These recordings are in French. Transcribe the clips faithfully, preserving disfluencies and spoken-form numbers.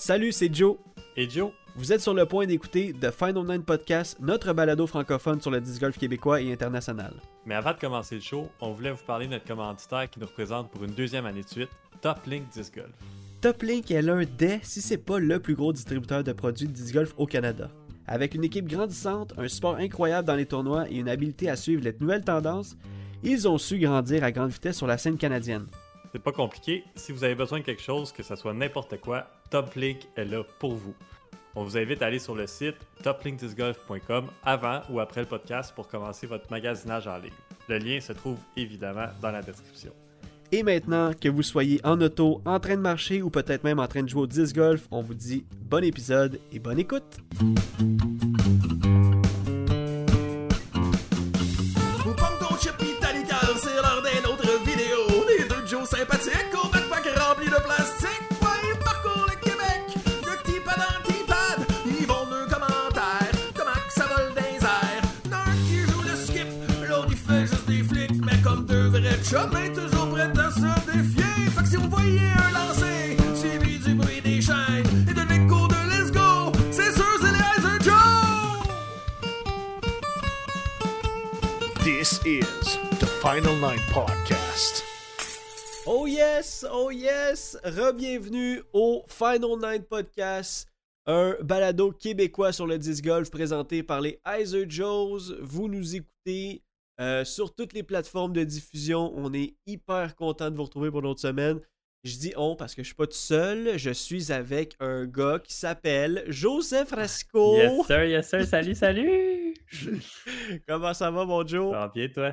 Salut, c'est Joe. Et Joe. Vous êtes sur le point d'écouter The Final Nine Podcast, notre balado francophone sur le disc golf québécois et international. Mais avant de commencer le show, on voulait vous parler de notre commanditaire qui nous représente pour une deuxième année de suite, Toplink Disc Golf. Toplink est l'un des, si c'est pas le plus gros distributeur de produits de disc golf au Canada. Avec une équipe grandissante, un support incroyable dans les tournois et une habileté à suivre les nouvelles tendances, ils ont su grandir à grande vitesse sur la scène canadienne. C'est pas compliqué, si vous avez besoin de quelque chose, que ce soit n'importe quoi, Toplink est là pour vous. On vous invite à aller sur le site top link disc golf point com avant ou après le podcast pour commencer votre magasinage en ligne. Le lien se trouve évidemment dans la description. Et maintenant, que vous soyez en auto, en train de marcher ou peut-être même en train de jouer au disc golf, on vous dit bon épisode et bonne écoute! C'est l'heure d'une autre vidéo. Les deux Joe sympathiques au backpack rempli de plastique. Ouais, ils parcourent le Québec de keypad en keypad. Ils vont deux commentaires. Comment que ça vole dans les airs. L'un qui joue le skip, l'autre il fait juste des flics. Mais comme deux vrais chums, toujours prêts à se défier. Fait que si vous voyez un lancer suivi du bruit des chaînes et de l'écho de Let's Go, c'est sûr c'est les Heiser Joe. This is the Final Nine Podcast. Oh yes, oh yes, re-bienvenue au Final Nine Podcast, un balado québécois sur le disc golf présenté par les Heiser Joes. Vous nous écoutez euh, sur toutes les plateformes de diffusion. On est hyper content de vous retrouver pour notre semaine. Je dis on parce que je suis pas tout seul. Je suis avec un gars qui s'appelle Joseph Rasco. Yes sir, yes sir, salut, salut! Comment ça va, mon Joe? Ça va bien, toi?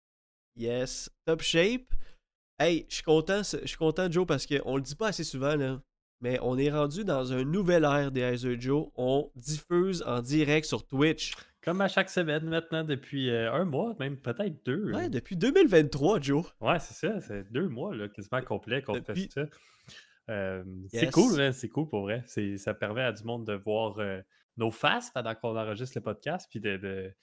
Yes, top shape. Hey, je suis content, je suis content, Joe, parce qu'on le dit pas assez souvent, là, mais on est rendu dans un nouvel ère des Heiser Joe. On diffuse en direct sur Twitch. Comme à chaque semaine maintenant, depuis euh, un mois, même peut-être deux. Ouais, depuis deux mille vingt-trois, Joe. Ouais, c'est ça, c'est deux mois là, quasiment complet qu'on Depuis... fait ça. Euh, yes. C'est cool, hein, c'est cool pour vrai. C'est, ça permet à du monde de voir euh, nos faces pendant qu'on enregistre le podcast, puis de, de...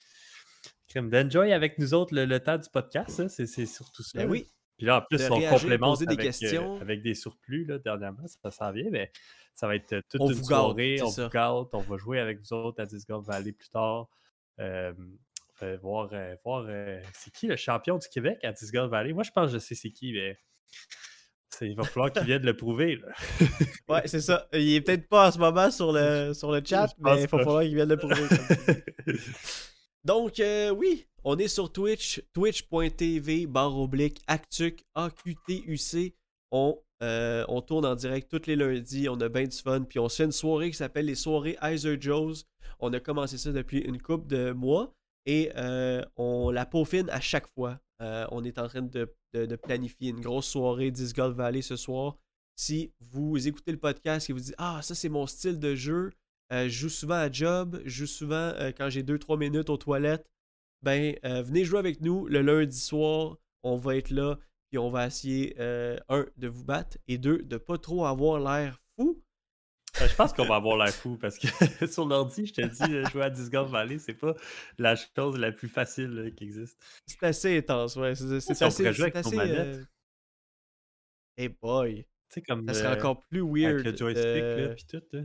d'enjoy avec nous autres le, le temps du podcast. Hein, c'est, c'est surtout ça. Ben oui. Puis là, en plus, de on réagir, complémente poser des avec, questions. euh, avec des surplus là, dernièrement, ça s'en vient, mais ça va être toute on une vous soirée, gâte, on ça. vous gâte, on va jouer avec vous autres à Disc Golf Valley plus tard. Euh, euh, voir euh, voir euh, c'est qui le champion du Québec à Disc Golf Valley. Moi, je pense que je sais c'est qui, mais c'est, il va falloir qu'il vienne le prouver. Là. Ouais, c'est ça. Il est peut-être pas en ce moment sur le, sur le chat, Je pense mais il va pas. falloir qu'il vienne le prouver. Donc, euh, oui, on est sur Twitch, twitch point t v barre oblique Actuc, A Q T U C. On, euh, on tourne en direct tous les lundis, on a bien du fun, puis on se fait une soirée qui s'appelle les soirées Heiser Joes. On a commencé ça depuis une couple de mois et euh, on la peaufine à chaque fois. Euh, on est en train de, de, de planifier une grosse soirée Disc Golf Valley ce soir. Si vous écoutez le podcast et vous dites « Ah, ça c'est mon style de jeu, euh, je joue souvent à job, je joue souvent euh, quand j'ai deux trois minutes aux toilettes », ben euh, venez jouer avec nous le lundi soir. On va être là puis on va essayer, euh, un, de vous battre et deux, de pas trop avoir l'air fou. Euh, je pense qu'on va avoir l'air fou parce que sur l'ordi, je te dis, euh, jouer à Disc Golf Valley, c'est pas la chose la plus facile là, qui existe. C'est assez intense, ouais. C'est, c'est Si on assez. pourrait jouer C'est avec assez. nos manettes. Euh... Hey boy. Tu sais, comme Ça serait euh, encore plus weird. avec le joystick, euh... là, pis tout. Là.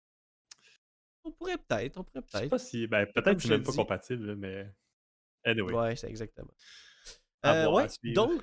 On pourrait peut-être, on pourrait Je sais peut-être. pas si. Ben, peut-être Comme que je c'est te même pas dis. compatible, là, mais. Anyway. Ouais, c'est exactement. À Euh, voir, à ouais, suivre. donc,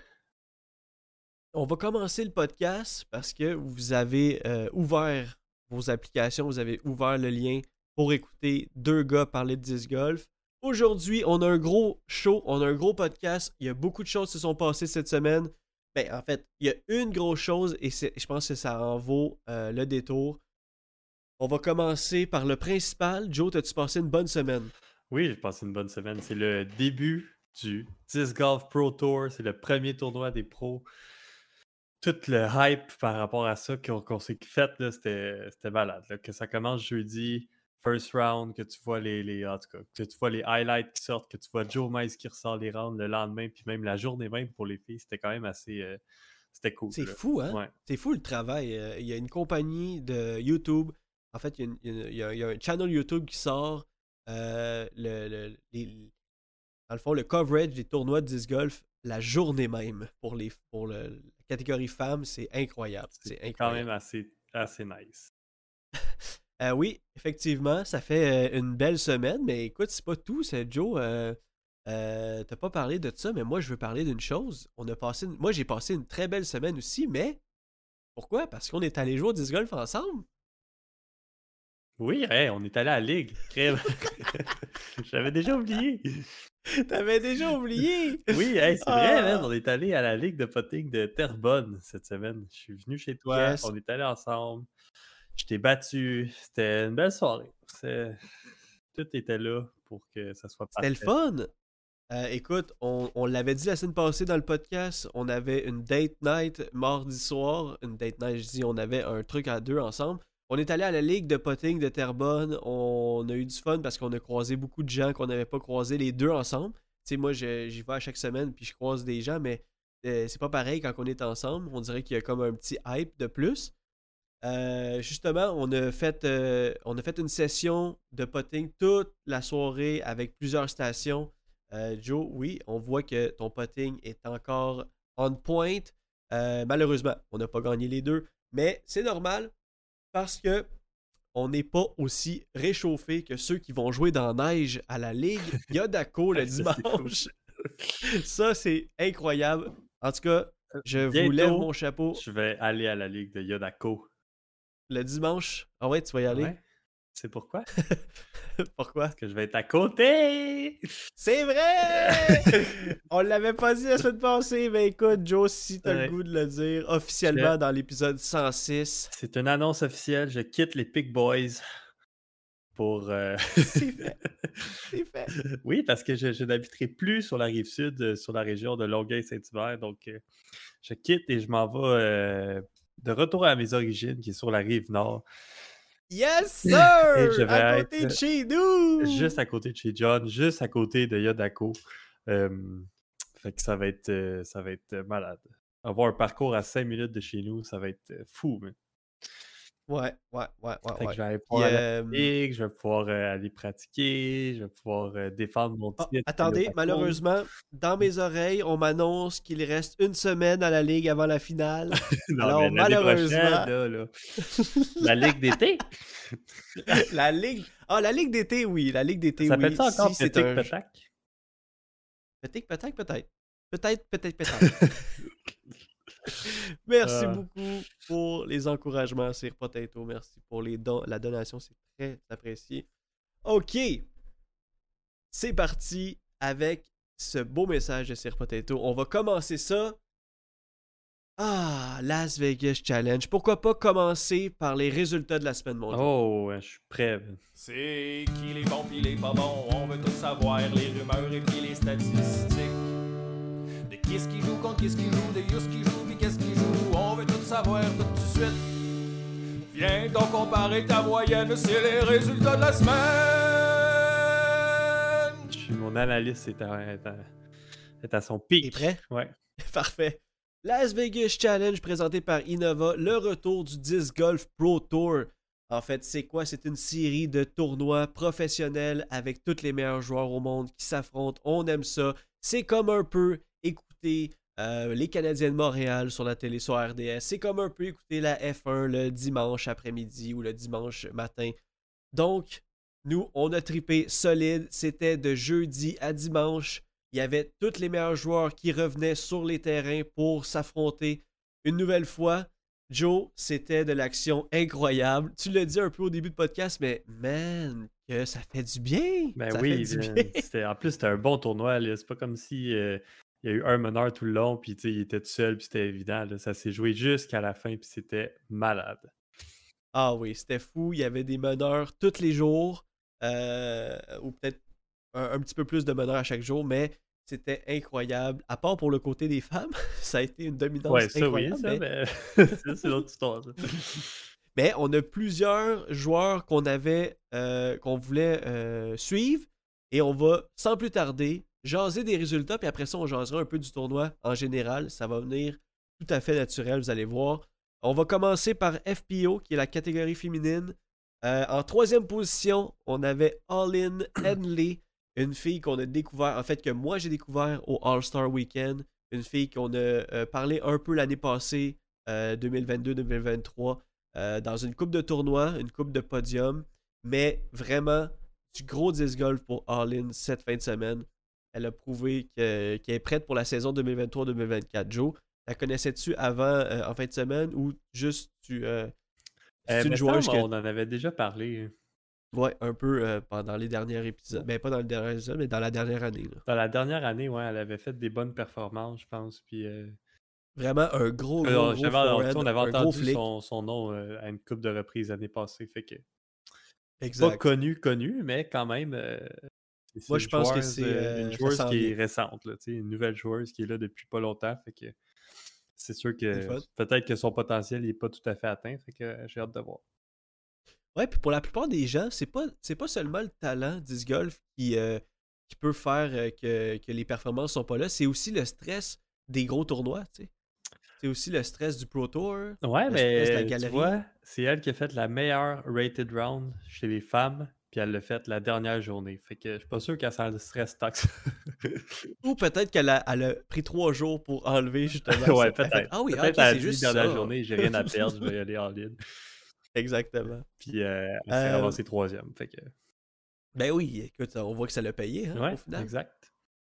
on va commencer le podcast parce que vous avez euh, ouvert vos applications, vous avez ouvert le lien pour écouter deux gars parler de disc golf. Aujourd'hui, on a un gros show, on a un gros podcast. Il y a beaucoup de choses qui se sont passées cette semaine. Ben, en fait, il y a une grosse chose et c'est, je pense que ça en vaut euh, le détour. On va commencer par le principal. Joe, t'as-tu passé une bonne semaine? Oui, j'ai passé une bonne semaine. C'est le début du Disc Golf Pro Tour. C'est le premier tournoi des pros. Tout le hype par rapport à ça qu'on, qu'on s'est fait, là, c'était, c'était malade. Là. Que ça commence jeudi, first round, que tu vois les, les en tout cas, que tu vois les highlights qui sortent, que tu vois Joe Mize qui ressort les rounds le lendemain, puis même la journée même pour les filles, c'était quand même assez... Euh, c'était cool. C'est là. fou, hein? Ouais. C'est fou le travail. Euh, Il y a une compagnie de YouTube. En fait, il y a, une- il y a- il y a- il y a un channel YouTube qui sort euh, le, le- les- dans le fond, le coverage des tournois de disc golf la journée même pour, les, pour le, la catégorie femmes. C'est incroyable. C'est C'est quand incroyable. même assez, assez nice. Euh, oui, effectivement, ça fait euh, une belle semaine, mais écoute, c'est pas tout, c'est Joe. Euh, euh, t'as pas parlé de ça, mais moi, je veux parler d'une chose. On a passé une- Moi, j'ai passé une très belle semaine aussi, mais pourquoi? Parce qu'on est allé jouer au disc golf ensemble. Oui, hey, on est allé à la ligue. Crème. J'avais déjà oublié. T'avais déjà oublié! Oui, hey, c'est vrai, Ah! man. On est allé à la ligue de potting de Terrebonne cette semaine. Je suis venu chez toi, Yes. on est allé ensemble. Je t'ai battu. C'était une belle soirée. C'est- Tout était là pour que ça soit C'était le parfait. fun! Euh, écoute, on, on l'avait dit la semaine passée dans le podcast, on avait une date night mardi soir. Une date night, je dis, on avait un truc à deux ensemble. On est allé à la ligue de potting de Terrebonne. On a eu du fun parce qu'on a croisé beaucoup de gens qu'on n'avait pas croisés les deux ensemble. Tu sais, moi, je- j'y vais à chaque semaine puis je croise des gens, mais euh, c'est pas pareil quand on est ensemble. On dirait qu'il y a comme un petit hype de plus. Euh, justement, on a, fait, euh, on a fait une session de potting toute la soirée avec plusieurs stations. Euh, Joe, oui, on voit que ton potting est encore on point. Euh, malheureusement, on n'a pas gagné les deux, mais c'est normal parce que on n'est pas aussi réchauffé que ceux qui vont jouer dans la neige à la Ligue Yodako le Hey, ça, c'est fou. dimanche. Ça, c'est incroyable. En tout cas, je vous Bientôt, lève mon chapeau. Je vais aller à la ligue de Yodako. Le dimanche. Ah ouais, tu vas y aller? Ouais. C'est pourquoi? Pourquoi? Parce que je vais être à côté! C'est vrai! On l'avait pas dit la semaine passée, mais écoute, Joe, si t'as Ouais. le goût de le dire officiellement Je- dans l'épisode cent six, C'est une annonce officielle. Je quitte les Pick Boys pour. euh, c'est fait. C'est fait. Oui, parce que je, je n'habiterai plus sur la rive sud, euh, sur la région de Longueuil-Saint-Hubert. Donc, euh, je quitte et je m'en vais euh, de retour à mes origines, qui est sur la rive nord, Yes, sir! Et je vais À côté être de chez nous! juste à côté de chez John, juste à côté de Yodako. Euh, fait que ça va être, euh, ça va être euh, malade. Avoir un parcours à cinq minutes de chez nous, ça va être euh, fou. Man. Ouais, ouais, ouais, ouais. Fait ouais. que je vais aller Puis, pouvoir aller à euh, la ligue, je vais pouvoir euh, aller pratiquer, je vais pouvoir euh, défendre mon ah, titre. à attendez, Yodako. malheureusement, dans mes oreilles, on m'annonce qu'il reste une semaine à la Ligue avant la finale. Non, Alors, mais l'année malheureusement- prochaine, là, là. La ligue d'été. La Ligue... Ah, la Ligue d'été, oui. La Ligue d'été, Ça oui. s'appelle ça encore Si c'est Petit un... Petac? Peut-être, peut-être, peut-être. Peut-être, peut-être, peut-être. Merci Ah. beaucoup pour les encouragements, Sir Potato. Merci pour les dons. La donation, c'est très apprécié. OK. C'est parti avec ce beau message de Sir Potato. On va commencer ça. Ah, Las Vegas Challenge. Pourquoi pas commencer par les résultats de la semaine mondiale? Oh, ouais, je suis prêt. man. C'est qui les bons pis les pas bons, on veut tout savoir, les rumeurs et puis les statistiques. De qui est-ce qui joue contre qui est-ce qui joue, de yous qui joue pis qu'est-ce qui joue, on veut tout savoir tout de suite. Viens donc comparer ta moyenne, c'est les résultats de la semaine. Je suis- Mon analyste est à, est à- est à son pic. T'es prêt? Ouais. Parfait. Las Vegas Challenge présenté par Innova, le retour du Disc Golf Pro Tour. En fait, c'est quoi? C'est une série de tournois professionnels avec tous les meilleurs joueurs au monde qui s'affrontent. On aime ça. C'est comme un peu écouter euh, les Canadiens de Montréal sur la télé, sur R D S. C'est comme un peu écouter la F un le dimanche après-midi ou le dimanche matin. Donc, nous, on a trippé solide. C'était de jeudi à dimanche. Il y avait tous les meilleurs joueurs qui revenaient sur les terrains pour s'affronter une nouvelle fois. Joe, c'était de l'action incroyable. Tu l'as dit un peu au début de podcast, mais man, que ça fait du bien. Ben ça oui, fait du ben, bien. c'était- en plus, c'était un bon tournoi. là. C'est pas comme si euh, il y a eu un meneur tout le long, puis tu sais, il était tout seul, puis c'était évident. là. Ça s'est joué jusqu'à la fin, puis c'était malade. Ah oui, c'était fou. Il y avait des meneurs tous les jours, euh, ou peut-être un, un petit peu plus de meneurs à chaque jour, mais c'était incroyable. À part pour le côté des femmes, ça a été une dominance Ouais, ça oui, incroyable. ça, mais- mais ça, c'est l'autre histoire. ça. Mais on a plusieurs joueurs qu'on avait, euh, qu'on voulait euh, suivre, et on va sans plus tarder jaser des résultats, puis après ça, on jasera un peu du tournoi en général. Ça va venir tout à fait naturel, vous allez voir. On va commencer par F P O, qui est la catégorie féminine. Euh, en troisième position, on avait All-In Henley, une fille qu'on a découvert, en fait que moi j'ai découvert au All-Star Weekend, une fille qu'on a euh, parlé un peu l'année passée, euh, deux mille vingt-deux deux mille vingt-trois. euh, dans une coupe de tournoi, une coupe de podium, mais vraiment du gros disc golf pour All-In cette fin de semaine. Elle a prouvé que, qu'elle est prête pour la saison deux mille vingt-trois deux mille vingt-quatre. Joe, la connaissais-tu avant euh, en fin de semaine ou juste tu euh, c'est Euh, une me joueuse semble, que on en avait déjà parlé ouais, un peu euh, pendant les derniers épisodes. Ben pas dans les derniers épisodes, mais dans la dernière année. Là. dans la dernière année. Ouais, elle avait fait des bonnes performances, je pense. Puis, euh, Vraiment un gros, gros, euh, gros j'avais- forehand, on avait un gros entendu flick. son, son nom euh, à une couple de reprises l'année passée. Fait que pas Exact. connu, connu, mais quand même, euh, c'est c'est Moi, je une pense que joueuse, c'est euh, euh, une ça joueuse s'en qui vient. est récente, là, tu sais, une nouvelle joueuse qui est là depuis pas longtemps. Fait que c'est sûr C'est le que fun. peut-être que son potentiel n'est pas tout à fait atteint. Fait que euh, j'ai hâte de voir. Ouais, puis pour la plupart des gens, c'est pas, c'est pas seulement le talent disc golf qui, euh, qui peut faire euh, que, que les performances sont pas là, c'est aussi le stress des gros tournois, tu sais. C'est aussi le stress du Pro Tour, Ouais, le stress de la mais tu galerie. vois, c'est elle qui a fait la meilleure rated round chez les femmes, puis elle l'a fait la dernière journée. Fait que je suis pas sûr qu'elle s'en stress tant que ça. Ou peut-être qu'elle a, elle a pris trois jours pour enlever justement Ouais, ça. Elle a fait, peut-être. ah oui, ah, Peut-être ok, elle a c'est dit juste dernière ça. journée, j'ai rien à perdre, je vais y aller en ligne. Exactement. Puis euh, elle s'est Euh, ramassée troisième. Fait que... ben oui, écoute, on voit que ça l'a payé hein, Ouais, au final. exact.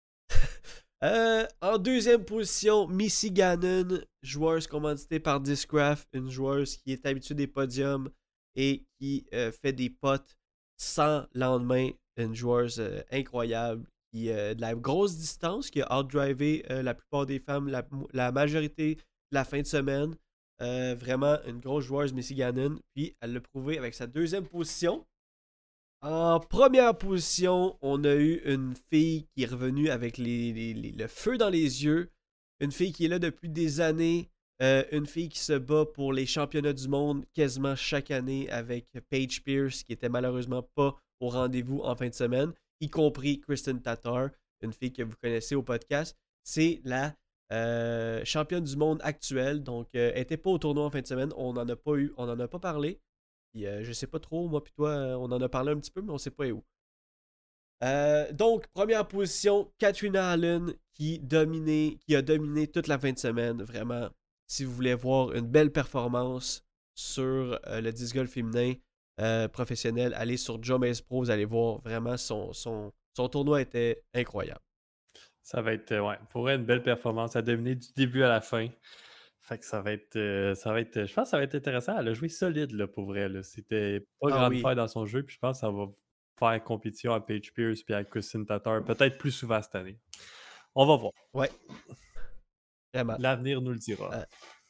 Euh, en deuxième position, Missy Gannon, joueuse commanditée par Discraft, une joueuse qui est habituée des podiums et qui euh, fait des potes sans lendemain. Une joueuse euh, incroyable qui a de la grosse distance, qui a outdrivé euh, la plupart des femmes la, la majorité de la fin de semaine. Euh, vraiment une grosse joueuse, Missy Gannon. Puis elle l'a prouvé avec sa deuxième position. En première position, on a eu une fille qui est revenue avec les, les- les- le feu dans les yeux. Une fille qui est là depuis des années. Euh, une fille qui se bat pour les championnats du monde quasiment chaque année avec Paige Pierce, qui était malheureusement pas au rendez-vous en fin de semaine, y compris Kristen Tatar, une fille que vous connaissez au podcast. C'est la euh, championne du monde actuelle. Donc, euh, elle n'était pas au tournoi en fin de semaine. On n'en a pas eu, on n'en a pas parlé. Puis, euh, je sais pas trop, moi puis toi, euh, on en a parlé un petit peu, mais on sait pas où. Euh, donc, première position, Katrina Allen qui, dominé, qui a dominé toute la fin de semaine. Vraiment, si vous voulez voir une belle performance sur euh, le disc golf féminin euh, professionnel, allez sur Joe Mace Pro, vous allez voir vraiment son, son, son tournoi était incroyable. Ça va être, euh, ouais, pour elle, une belle performance. Elle a dominé du début à la fin. Fait que ça va être, euh, ça va être, je pense que ça va être intéressant. Elle a joué solide, là, pour vrai, là. C'était pas Ah grande oui. faille dans son jeu, puis je pense que ça va faire compétition à Paige Pierce puis à Kristen Tatar, peut-être plus souvent cette année. On va voir. Ouais. Vraiment. L'avenir nous le dira. Euh,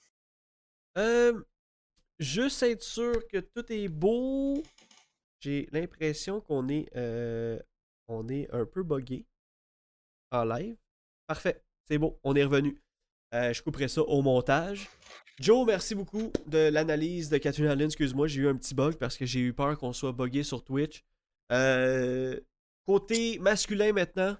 Euh, juste être sûr que tout est beau. J'ai l'impression qu'on est, euh, on est un peu buggé en live. Parfait, c'est beau, on est revenu. Euh, je couperai ça au montage. Joe, merci beaucoup de l'analyse de Katrina Allen. Excuse-moi, j'ai eu un petit bug parce que j'ai eu peur qu'on soit buggé sur Twitch. Euh, côté masculin maintenant,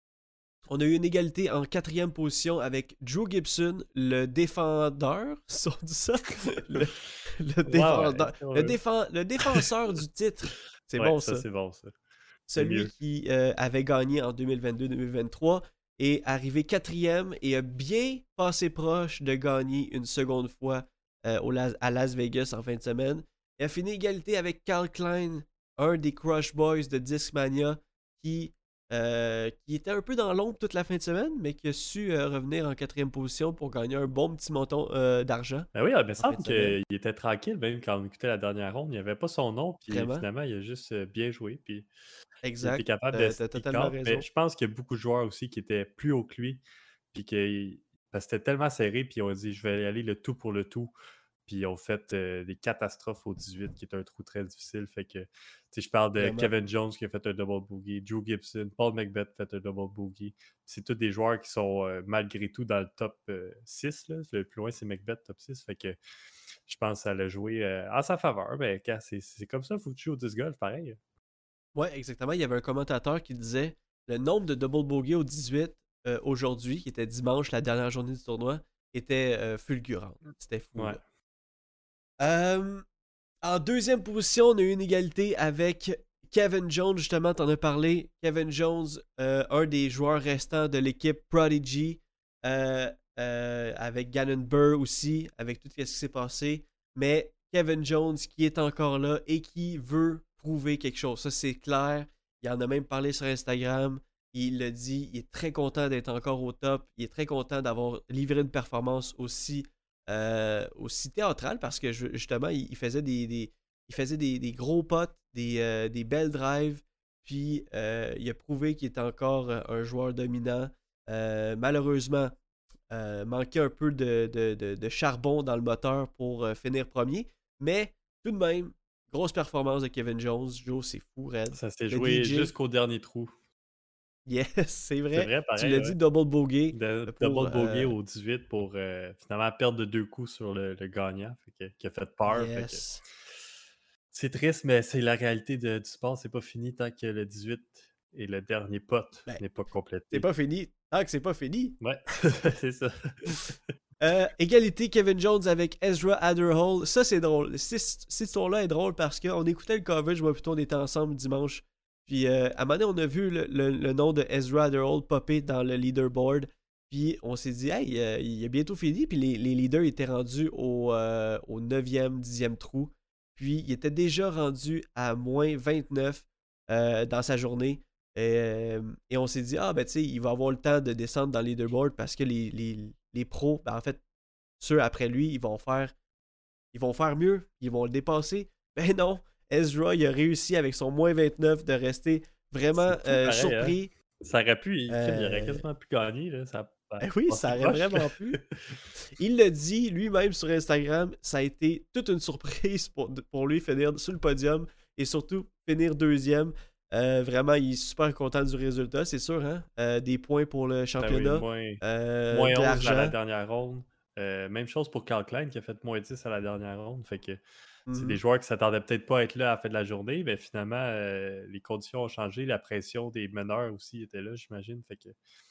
on a eu une égalité en quatrième position avec Drew Gibson, le défendeur, si on dit ça, le, le, défendeur, ouais, ouais. le, défen- le défenseur du titre. C'est Ouais, bon ça. ça. C'est bon ça. Celui mieux. qui euh, avait gagné en deux mille vingt-deux deux mille vingt-trois est arrivé quatrième et a bien passé proche de gagner une seconde fois euh, au Las- à Las Vegas en fin de semaine. Il a fini égalité avec Carl Klein, un des Crush Boys de Discmania qui, euh, qui était un peu dans l'ombre toute la fin de semaine, mais qui a su euh, revenir en quatrième position pour gagner un bon petit montant euh, d'argent. Ben oui, il me fin semble de semaine. qu'il était tranquille, même quand on écoutait la dernière ronde. Il n'y avait pas son nom, puis Vraiment. finalement, il a juste euh, bien joué. Puis il Exact. était capable T'as- de t'as speak totalement out. raison. Mais je pense qu'il y a beaucoup de joueurs aussi qui étaient plus haut que lui. Puis que parce que c'était tellement serré, puis ils ont dit je vais y aller le tout pour le tout. Puis ils ont fait euh, des catastrophes au dix-huit, qui est un trou très difficile. Fait que, tu sais, je parle de Vraiment. Kevin Jones qui a fait un double bogey, Drew Gibson, Paul Macbeth a fait un double bogey. C'est tous des joueurs qui sont euh, malgré tout dans le top euh, six. Là. Le plus loin, c'est Macbeth, top six. Fait que je pense que ça l'a joué euh, en sa faveur. Ben, quand c'est, c'est comme ça, il faut que tu joues au disc golf, pareil. Ouais, exactement. Il y avait un commentateur qui disait le nombre de double bogey au dix-huit euh, aujourd'hui, qui était dimanche, la dernière journée du tournoi, était euh, fulgurant. C'était fou. Ouais. là. Euh, en deuxième position, on a eu une égalité avec Kevin Jones, justement, t'en as parlé. Kevin Jones, euh, un des joueurs restants de l'équipe Prodigy, euh, euh, avec Gannon Burr aussi, avec tout ce qui s'est passé. Mais Kevin Jones qui est encore là et qui veut prouver quelque chose. Ça, c'est clair. Il en a même parlé sur Instagram. Il l'a dit. Il est très content d'être encore au top. Il est très content d'avoir livré une performance aussi, euh, aussi théâtrale parce que justement, il, il faisait des, des, il faisait des, des gros potes, des, euh, des belles drives. Puis, euh, il a prouvé qu'il était encore un joueur dominant. Euh, malheureusement, euh, manquait un peu de, de, de, de charbon dans le moteur pour euh, finir premier. Mais tout de même, grosse performance de Kevin Jones. Joe, c'est fou, Red. Ça s'est Le joué D J, jusqu'au dernier trou. Yes, c'est vrai. C'est vrai, pareil. Tu l'as ouais. dit, double bogey. De, pour, double bogey euh, au dix-huit pour euh, finalement perdre de deux coups sur le, le gagnant, fait que, qui a fait peur. Fait que, Yes. c'est triste, mais c'est la réalité de- du sport. C'est pas fini tant que le dix-huit et le dernier pot Ben, n'est pas complété. C'est pas fini. Tant que c'est pas fini. Ouais, c'est ça. Euh, égalité Kevin Jones avec Ezra Adderhall. Ça, c'est drôle. Cette, cette histoire-là est drôle parce qu'on écoutait le coverage, moi plutôt, on était ensemble dimanche. Puis euh, à un moment donné, on a vu le, le, le nom de Ezra Adderhall popper dans le leaderboard. Puis on s'est dit, hey, euh, il est bientôt fini. Puis les, les leaders étaient rendus au, euh, au neuvième, dixième trou. Puis il était déjà rendu à moins vingt-neuf euh, dans sa journée. Et, et on s'est dit, ah ben tu sais, il va avoir le temps de descendre dans le leaderboard parce que les, les, les pros, ben en fait, ceux après lui, ils vont faire ils vont faire mieux, ils vont le dépasser. Ben non, Ezra, il a réussi avec son moins vingt-neuf de rester vraiment C'est fou, euh, pareil, surpris. hein. Ça aurait pu, il, il aurait Euh, quasiment pu gagner. Là. Ça, ça Ben oui, passé ça aurait proche, vraiment là. pu. Il l'a dit lui-même sur Instagram, ça a été toute une surprise pour, pour lui finir sur le podium et surtout finir deuxième. Euh, vraiment, il est super content du résultat, c'est sûr. Hein? Euh, des points pour le Ben oui, championnat, moins, euh, moins de onze à l'argent. la dernière ronde. Euh, même chose pour Carl Klein qui a fait moins dix à la dernière ronde. Fait que c'est Mhm. des joueurs qui s'attendaient peut-être pas à être là à la fin de la journée, mais finalement, euh, les conditions ont changé. La pression des meneurs aussi était là, j'imagine. Fait que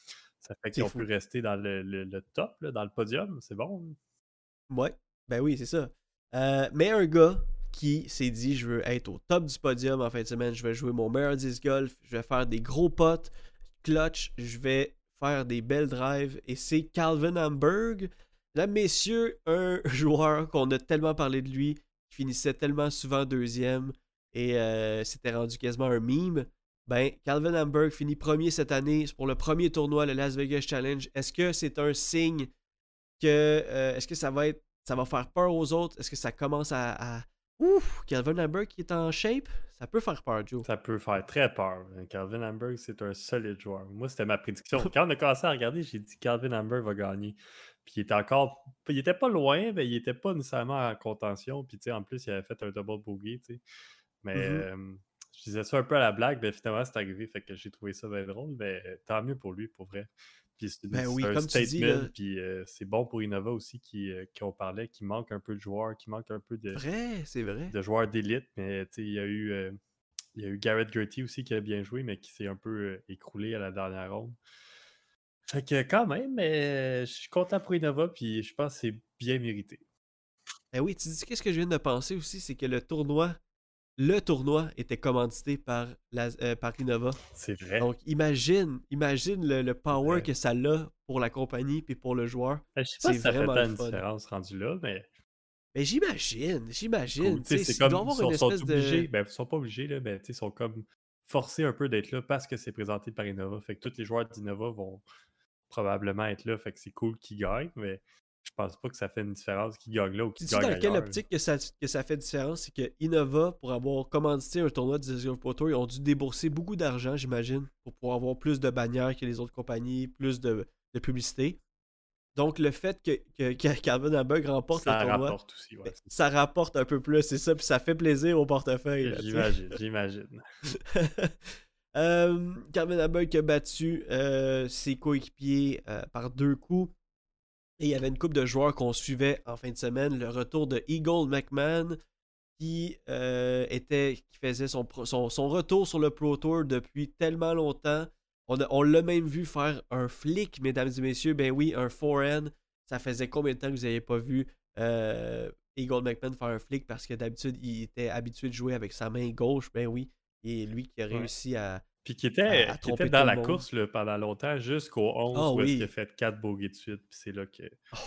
ça fait C'est qu'ils ont fou. pu rester dans le, le- le top, là, dans le podium. C'est bon. Ouais, ben oui, c'est ça. Euh, mais un gars qui s'est dit, je veux être au top du podium en fin de semaine, je vais jouer mon meilleur disc golf, je vais faire des gros potes, clutch, je vais faire des belles drives, et c'est Calvin Hamburg. Là, messieurs, un joueur qu'on a tellement parlé de lui, qui finissait tellement souvent deuxième, et euh, c'était rendu quasiment un meme. Ben, Calvin Hamburg finit premier cette année pour le premier tournoi, le Las Vegas Challenge. Est-ce que c'est un signe que euh, est-ce que ça va être ça va faire peur aux autres? Est-ce que ça commence à, à... Ouf! Calvin Hamburg qui est en shape? Ça peut faire peur, Joe. Ça peut faire très peur. Calvin Hamburg, c'est un solide joueur. Moi, c'était ma prédiction. Quand on a commencé à regarder, j'ai dit Calvin Hamburg va gagner. Puis il était encore. Il était pas loin, mais il était pas nécessairement en contention. Puis tu sais, en plus, il avait fait un double bogey, tu sais. Mais Mhm. euh, je disais ça un peu à la blague, mais finalement, c'est arrivé. Fait que j'ai trouvé ça bien drôle. Mais euh, tant mieux pour lui, pour vrai. Puis c'est une- Ben oui, c'est un comme tu dis, statement. là, Puis euh, c'est bon pour Innova aussi, qui, euh, qui on parlait, qui manque un peu de joueurs, qui manque un peu de, vrai, c'est vrai. de joueurs d'élite. Mais tu sais, il y a eu. euh, il y a eu Garrett Gertie aussi qui a bien joué, mais qui s'est un peu euh, écroulé à la dernière ronde. Fait que quand même, mais je suis content pour Innova, puis je pense que c'est bien mérité. Ben oui, tu dis qu'est-ce que je viens de penser aussi, c'est que le tournoi, le tournoi était commandité par, la, euh, par Innova. C'est vrai. Donc imagine, imagine le, le power vrai. que ça a pour la compagnie puis pour le joueur. Ben, je sais pas C'est si ça fait vraiment tant le une fun. différence rendu là, mais Mais j'imagine, j'imagine. cool. Tu sais, Tu sais, c'est il comme doit y ils avoir sont, une sont espèce obligés, de... ben ils sont pas obligés, là, mais tu sais, ils sont comme forcés un peu d'être là parce que c'est présenté par Innova. Fait que tous les joueurs d'Innova vont probablement être là, fait que c'est cool qu'ils gagnent, mais je pense pas que ça fait une différence qui gagne là ou qui Sais-tu gagne dans quelle ailleurs. optique que ça, que ça fait différence? C'est que Innova, pour avoir commandité un tournoi de Disc Golf Pro Tour, ils ont dû débourser beaucoup d'argent, j'imagine, pour pouvoir avoir plus de bannières que les autres compagnies, plus de, de publicité. Donc, le fait que, que, que Calvin Hamburg remporte Ça le tournoi, rapporte aussi, ouais. ben, c'est ça rapporte un peu plus, c'est ça, puis ça fait plaisir au portefeuille. là, tu sais. J'imagine, j'imagine. Euh, Calvin Hamburg qui a battu euh, ses coéquipiers euh, par deux coups. Et il y avait une couple de joueurs qu'on suivait en fin de semaine. Le retour de Eagle McMahon qui, euh, était, qui faisait son, son, son retour sur le Pro Tour depuis tellement longtemps. On, a, on l'a même vu faire un flick, mesdames et messieurs. Ben oui, un forehand. Ça faisait combien de temps que vous n'avez pas vu euh, Eagle McMahon faire un flick parce que d'habitude, il était habitué de jouer avec sa main gauche. Ben oui. Et lui qui a Ouais. réussi à, Puis qui était, à, à qui tromper était dans tout la le monde. course là, pendant longtemps, jusqu'au onze Ah où est-ce oui. qu'il a fait quatre bogeys de suite. Puis c'est là que Oh,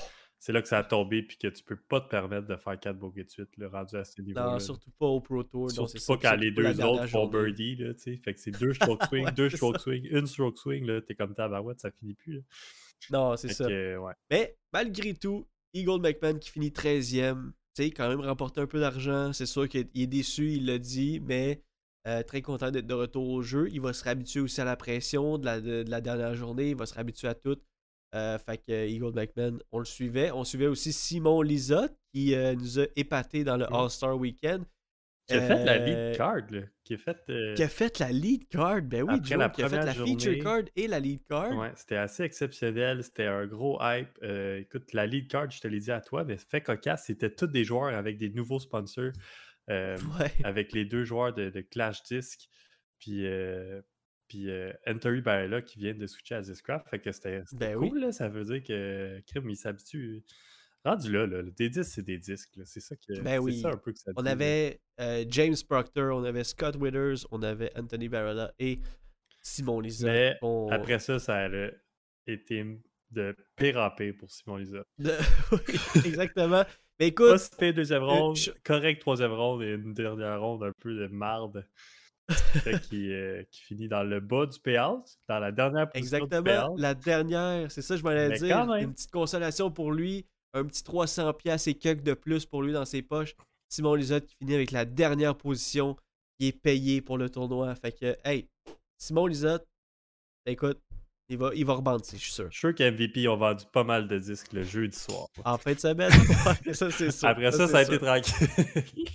c'est là que ça a tombé puis que tu peux pas te permettre de faire quatre bogeys de suite, là, rendu à ce niveau-là. Non, surtout pas au Pro Tour. Surtout donc c'est pas ça, quand surtout les pas la deux dernière autres font journée. birdie, là, tu sais. Fait que c'est deux stroke swing, Ouais, deux c'est stroke ça. swing, une stroke swing, là, t'es comme tabarouette, ça finit plus, là. Non, c'est Fait ça. que, ouais. Mais malgré tout, Eagle McMahon qui finit treizième, tu sais, quand même remporté un peu d'argent. C'est sûr qu'il est déçu, il l'a dit, mais euh, très content d'être de retour au jeu. Il va se réhabituer aussi à la pression de la, de, de la dernière journée. Il va se réhabituer à tout. Euh, fait que euh, Eagle McMahon, on le suivait. On suivait aussi Simon Lizotte qui euh, nous a épaté dans le Mm. All-Star Weekend. Qui a fait la Euh, lead card, là. Qui a fait. euh, Qui a fait la lead card. Ben oui, Après Joe, la qui a fait première la feature journée. card et la lead card. Ouais, c'était assez exceptionnel. C'était un gros hype. Euh, écoute, la lead card, je te l'ai dit à toi, mais fait cocasse, c'était tous des joueurs avec des nouveaux sponsors. euh, Ouais. Avec les deux joueurs de, de Clash Disc. Puis, euh, puis euh, Entry Barella qui vient de switcher à Discraft. Fait que c'était c'était Ben cool, oui. là. Ça veut dire que Krim, il s'habitue. Rendu là, là, des disques, c'est des disques. là. C'est ça, que, Ben c'est oui. ça un peu que ça dit. On là. avait euh, James Proctor, on avait Scott Withers, on avait Anthony Barella et Simon Lizotte. Mais On- après ça, ça a été de pire en pire pour Simon Lizotte. De- Oui, exactement. Mais Pas écoute, si pire deuxième ronde, je- correct troisième ronde et une dernière ronde un peu de marde. Fait qui, euh, qui finit dans le bas du payout, dans la dernière position du exactement, payout. la dernière, c'est ça que je m'allais Mais dire. quand même. Une petite consolation pour lui, un petit trois cents piastres et quelques de plus pour lui dans ses poches. Simon Lizotte qui finit avec la dernière position qui est payée pour le tournoi. Fait que, hey, Simon Lizotte, écoute, il va, il va rebondir, je suis sûr. Je suis sûr qu'M V P ont vendu pas mal de disques le jeudi soir. En fin de semaine, ouais, ça c'est sûr. Après ça, ça, a c'est été tranquille.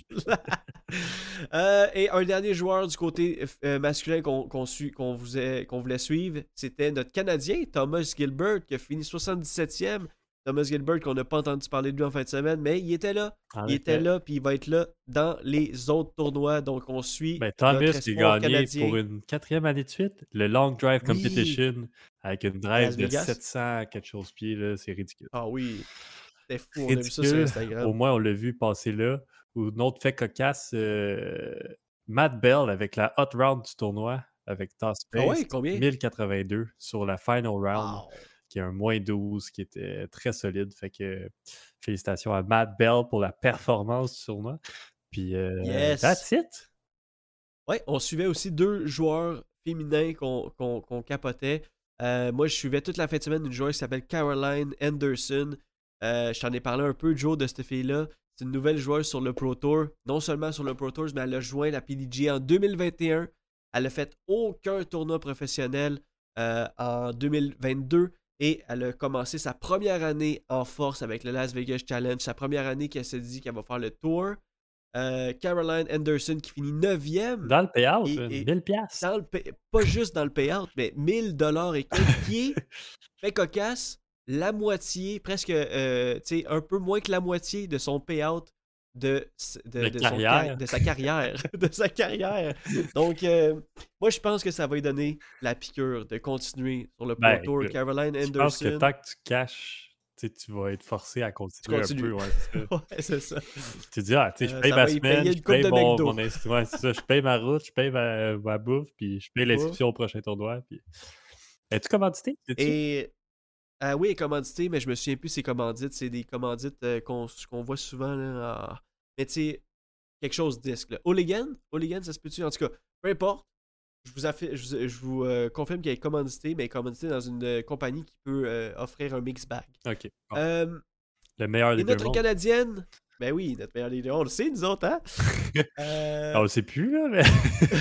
Euh, et un dernier joueur du côté euh, masculin qu'on qu'on su- qu'on vous a- qu'on voulait suivre, c'était notre Canadien, Thomas Gilbert, qui a fini soixante-dix-septième. Thomas Gilbert, qu'on n'a pas entendu parler de lui en fin de semaine, mais il était là. En il était effet. là, puis il va être là dans les autres tournois. Donc, on suit Ben, notre Thomas, il a espoir gagné canadien. pour une quatrième année de suite, le Long Drive Oui. Competition, avec une drive Las de Vegas. sept cents quelque chose pieds, là, c'est ridicule. Ah oui, c'était fou. On a vu ça sur Ridicule. Instagram. Au moins, on l'a vu passer là. Ou une autre fait cocasse, euh, Matt Bell avec la hot round du tournoi, avec Toss Ah ouais, Pace, combien? mille quatre-vingt-deux sur la final round, Wow. qui est un moins douze, qui était très solide. Fait que félicitations à Matt Bell pour la performance du tournoi. Puis, euh, Yes. that's it. Ouais, on suivait aussi deux joueurs féminins qu'on qu'on- qu'on capotait. Euh, moi, je suivais toute la fin de semaine une joueuse qui s'appelle Caroline Anderson. Euh, je t'en ai parlé un peu, Joe, de cette fille-là. C'est une nouvelle joueuse sur le Pro Tour. Non seulement sur le Pro Tour, mais elle a joint la P D G en deux mille vingt et un. Elle a fait aucun tournoi professionnel euh, en deux mille vingt-deux. Et elle a commencé sa première année en force avec le Las Vegas Challenge. Sa première année qu'elle s'est dit qu'elle va faire le tour. Euh, Caroline Anderson qui finit neuvième. Dans le payout, Et- là, et- mille piastres. Dans le pay- pas juste dans le payout, mais mille dollars et quelques, qui est fait cocasse, la moitié, presque, euh, tu sais, un peu moins que la moitié de son payout de, de, De de son carrière. car- de sa carrière. de sa carrière. Donc, euh, moi, je pense que ça va lui donner la piqûre de continuer sur le Pro Ben, Tour. écoute, Caroline Je pense que Anderson. tant que tu caches, tu sais, tu vas être forcé à continuer un continues. peu. Ouais, c'est ça. Ouais, c'est ça. Tu dis, ah, tu sais, je Euh, paye ça ma va y semaine, payer je une coupe paye de mon, McDo. mon instrument, ouais, c'est ça, je paye ma route, je paye ma, ma bouffe, puis je paye l'inscription au prochain tournoi. Puis... Es-tu commandité? sais-tu? Et ah oui, commandité, mais je me souviens plus c'est commandites. C'est des commandites euh, qu'on qu'on voit souvent. Là, ah. Mais tu sais, quelque chose disque. Là. Hooligan, Hooligan, ça se peut-tu? En tout cas, peu importe. Je vous, affi- je vous, je vous, euh, confirme qu'il est commandité, mais commandité dans une euh, compagnie qui peut euh, offrir un mix bag. Ok. Bon. Euh, Le meilleur des et deux notre mondes. Canadienne, ben oui, notre meilleure des deux, on le sait, nous autres, hein? Euh, On le sait plus, là, mais.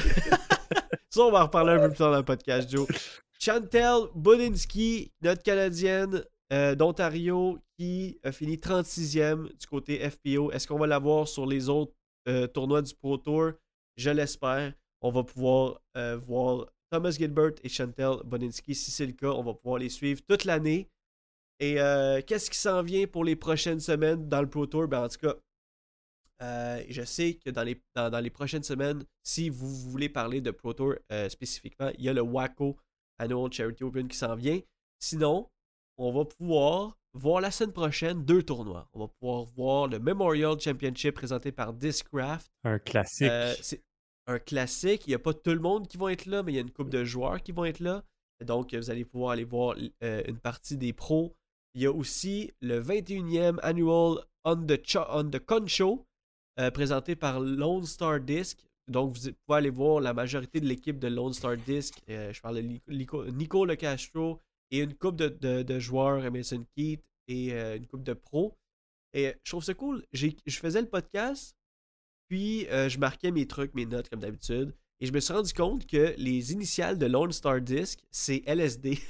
Ça, on va en reparler un peu plus tard dans le podcast, Joe. Chantel Bodinski, notre Canadienne euh, d'Ontario, qui a fini trente-sixième du côté F P O. Est-ce qu'on va la voir sur les autres euh, tournois du Pro Tour? Je l'espère. On va pouvoir euh, voir Thomas Gilbert et Chantel Bodinski. Si c'est le cas, on va pouvoir les suivre toute l'année. Et euh, qu'est-ce qui s'en vient pour les prochaines semaines dans le Pro Tour? Ben, en tout cas, euh, je sais que dans les, dans, dans les prochaines semaines, si vous voulez parler de Pro Tour euh, spécifiquement, il y a le WACO Annual Charity Open qui s'en vient. Sinon, on va pouvoir voir la semaine prochaine deux tournois. On va pouvoir voir le Memorial Championship présenté par Discraft. Un classique. Euh, c'est un classique. Il n'y a pas tout le monde qui va être là, mais il y a une couple de joueurs qui vont être là. Donc, vous allez pouvoir aller voir euh, une partie des pros. Il Il y a aussi le vingt et unième Annual On the, Cho- On the Con Show, euh, présenté par Lone Star Disc. Donc, vous pouvez aller voir la majorité de l'équipe de Lone Star Disc. Euh, je parle de Nico, Nico Lecastro et une couple de, de, de joueurs, Emerson Keith et euh, une couple de pros. Et je trouve ça cool. J'ai, je faisais le podcast, puis euh, je marquais mes trucs, mes notes comme d'habitude. Et je me suis rendu compte que les initiales de Lone Star Disc, c'est L S D.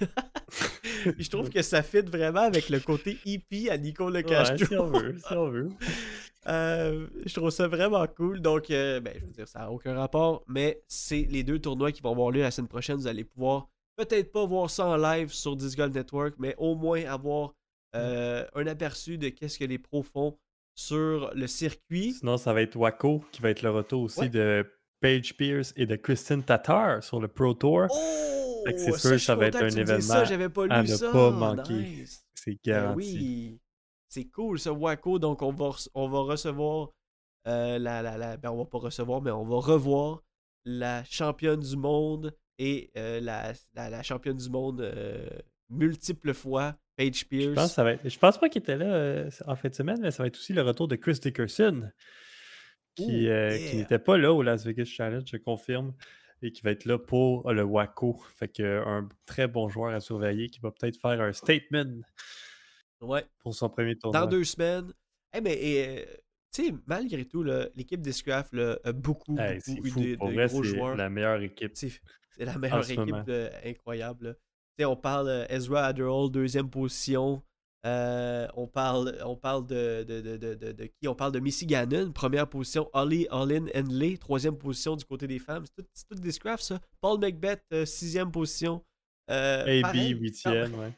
Puis je trouve que ça fit vraiment avec le côté hippie à Nico Lecastro. Ouais, si on veut, si on veut. Euh, je trouve ça vraiment cool. Donc, euh, ben, je veux dire, ça n'a aucun rapport, mais c'est les deux tournois qui vont avoir lieu la semaine prochaine. Vous allez pouvoir peut-être pas voir ça en live sur Disc Golf Network, mais au moins avoir euh, un aperçu de qu'est-ce que les pros font sur le circuit. Sinon, ça va être Waco qui va être le retour aussi Ouais. de Paige Pierce et de Kristen Tatar sur le Pro Tour. Oh! Fait que c'est Ça, sûr je que suis ça va content être que un tu me dises événement ça, j'avais pas à lu ne ça. pas manquer. Nice. C'est Ben garanti. oui, c'est cool ça, Waco. Donc on va, on va recevoir euh, la, la, la, ben on va pas recevoir, mais on va revoir la championne du monde et euh, la, la, la championne du monde euh, multiples fois, Paige Pierce. Je pense, que ça va être... je pense pas qu'il était là euh, en fin de semaine, mais ça va être aussi le retour de Chris Dickerson, qui, Ooh, euh, yeah. qui n'était pas là au Las Vegas Challenge, je confirme, et qui va être là pour euh, le Waco. Fait que, euh, un très bon joueur à surveiller qui va peut-être faire un statement Ouais. pour son premier tournoi. Dans deux semaines. Hey, mais euh, tu sais, malgré tout, là, l'équipe d'Iscraft a beaucoup, Hey, beaucoup c'est eu fou. de, Pour de vrai, gros c'est joueurs. la meilleure équipe. C'est, c'est la en meilleure ce équipe moment. euh, incroyable. là. Tu sais, on parle euh, Ezra Adderall, deuxième position. Euh, on parle, on parle de, de, de, de, de, de qui? On parle de Missy Gannon, première position. Holly Olin Henley, troisième position du côté des femmes. C'est tout, c'est tout Discraft, ça. Paul Macbeth, euh, sixième position. Euh, A B, pareil, huitième, ouais.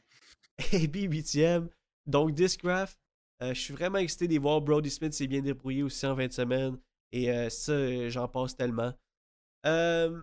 A B, huitième. Donc, Discraft, euh, je suis vraiment excité de les voir. Brody Smith s'est bien débrouillé aussi en vingt de semaine. Et euh, ça, euh, j'en passe tellement. Euh,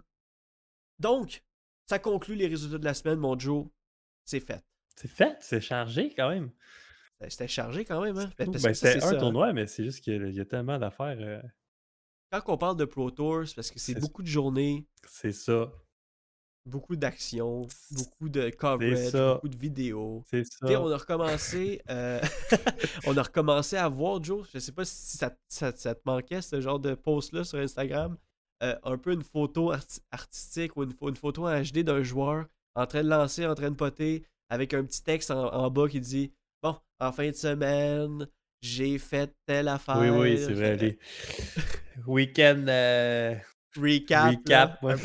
donc, ça conclut les résultats de la semaine, mon Joe. C'est fait. C'est fait, c'est chargé quand même. C'était chargé quand même, hein? Ben, Parce que ça, c'était c'est un ça, hein. tournoi, mais c'est juste qu'il y a, il y a tellement d'affaires. euh, Quand on parle de Pro Tour, c'est parce que c'est C'est- beaucoup de journées, C'est ça. beaucoup d'actions, beaucoup de coverage, ça. beaucoup de vidéos. C'est Tu sais, ça. on a recommencé, euh, on a recommencé à voir, Joe, je sais pas si ça, ça- ça te manquait, ce genre de post-là sur Instagram, euh, un peu une photo arti- artistique ou une, pho- une photo en H D d'un joueur en train de lancer, en train de poter, avec un petit texte en, en bas qui dit « Bon, en fin de semaine, j'ai fait telle affaire. » Oui, oui, c'est vrai. Euh, Les week-end euh, Recap. recap. là.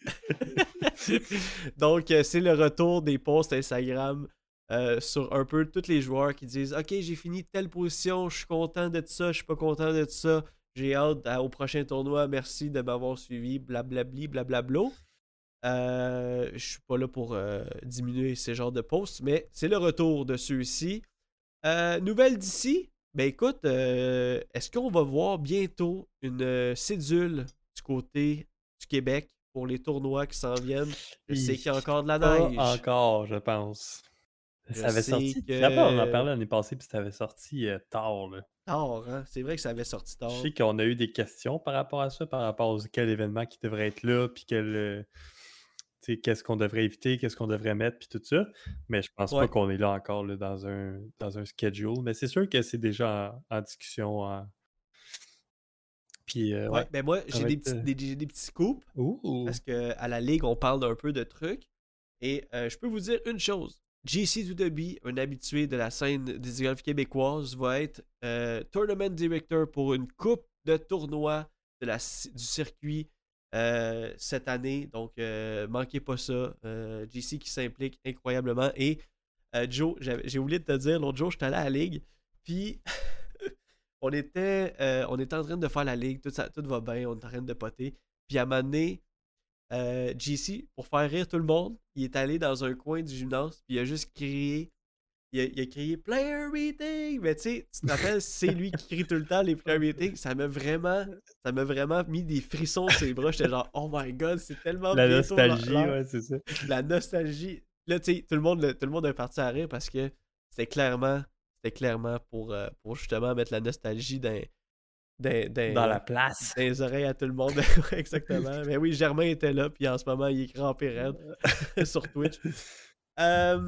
ouais. Donc, euh, c'est le retour des posts Instagram euh, sur un peu tous les joueurs qui disent « Ok, j'ai fini telle position, je suis content de ça, je suis pas content de ça, j'ai hâte à- au prochain tournoi, merci de m'avoir suivi, blablabli, blablablo. » Euh, je suis pas là pour euh, diminuer ces genres de posts, mais c'est le retour de ceux-ci. Euh, nouvelle d'ici, ben écoute, euh, est-ce qu'on va voir bientôt une euh, cédule du côté du Québec pour les tournois qui s'en viennent? Je sais qu'il y a encore de la Pas neige. encore, je pense. Je Ça avait sais sorti. que- Là-bas, on en parlait l'année passée, puis ça avait sorti euh, tard. Là. Tard, hein? C'est vrai que ça avait sorti tard. Je sais qu'on a eu des questions par rapport à ça, par rapport à quel événement qui devrait être là, puis quel, euh, tu sais, qu'est-ce qu'on devrait éviter, qu'est-ce qu'on devrait mettre, puis tout ça. Mais je pense Ouais. pas qu'on est là encore là, dans, un, dans un schedule. Mais c'est sûr que c'est déjà en, en discussion. en- Puis, euh, Ouais, ouais. ben moi, ça j'ai va des, être, petits, euh, des, des- des petits scoops. Ouh! Parce qu'à la Ligue, on parle d'un peu de trucs. Et euh, je peux vous dire une chose. J C Dudaby, un habitué de la scène des golf québécoises, va être euh, Tournament Director pour une coupe de tournois de la, du circuit euh, cette année. Donc, euh, manquez pas ça. Euh, J C qui s'implique incroyablement. Et euh, Joe, j'avais- j'ai oublié de te dire, l'autre jour, j'étais allé à la Ligue. Puis, on, était, euh, on était en train de faire la Ligue. Tout, ça, tout va bien. On est en train de poter. Puis, à un moment donné, Euh, J C, pour faire rire tout le monde, il est allé dans un coin du gymnase, puis il a juste crié. Il a, il a crié Player Meeting! Mais tu sais, tu te rappelles, c'est lui qui crie tout le temps les Player Meetings. Ça m'a vraiment, ça m'a vraiment mis des frissons sur les bras. J'étais genre, oh my god, c'est tellement La bientôt nostalgie, l'heure. ouais, c'est ça. La nostalgie. Là, tu sais, tout le monde, tout le monde est parti à rire parce que c'était clairement, c'était clairement pour, euh, pour justement mettre la nostalgie dans, dans, dans, Dans la place. dans les oreilles à tout le monde. Exactement. Mais oui, Germain était là, puis en ce moment, il est crampé raide sur Twitch. Euh,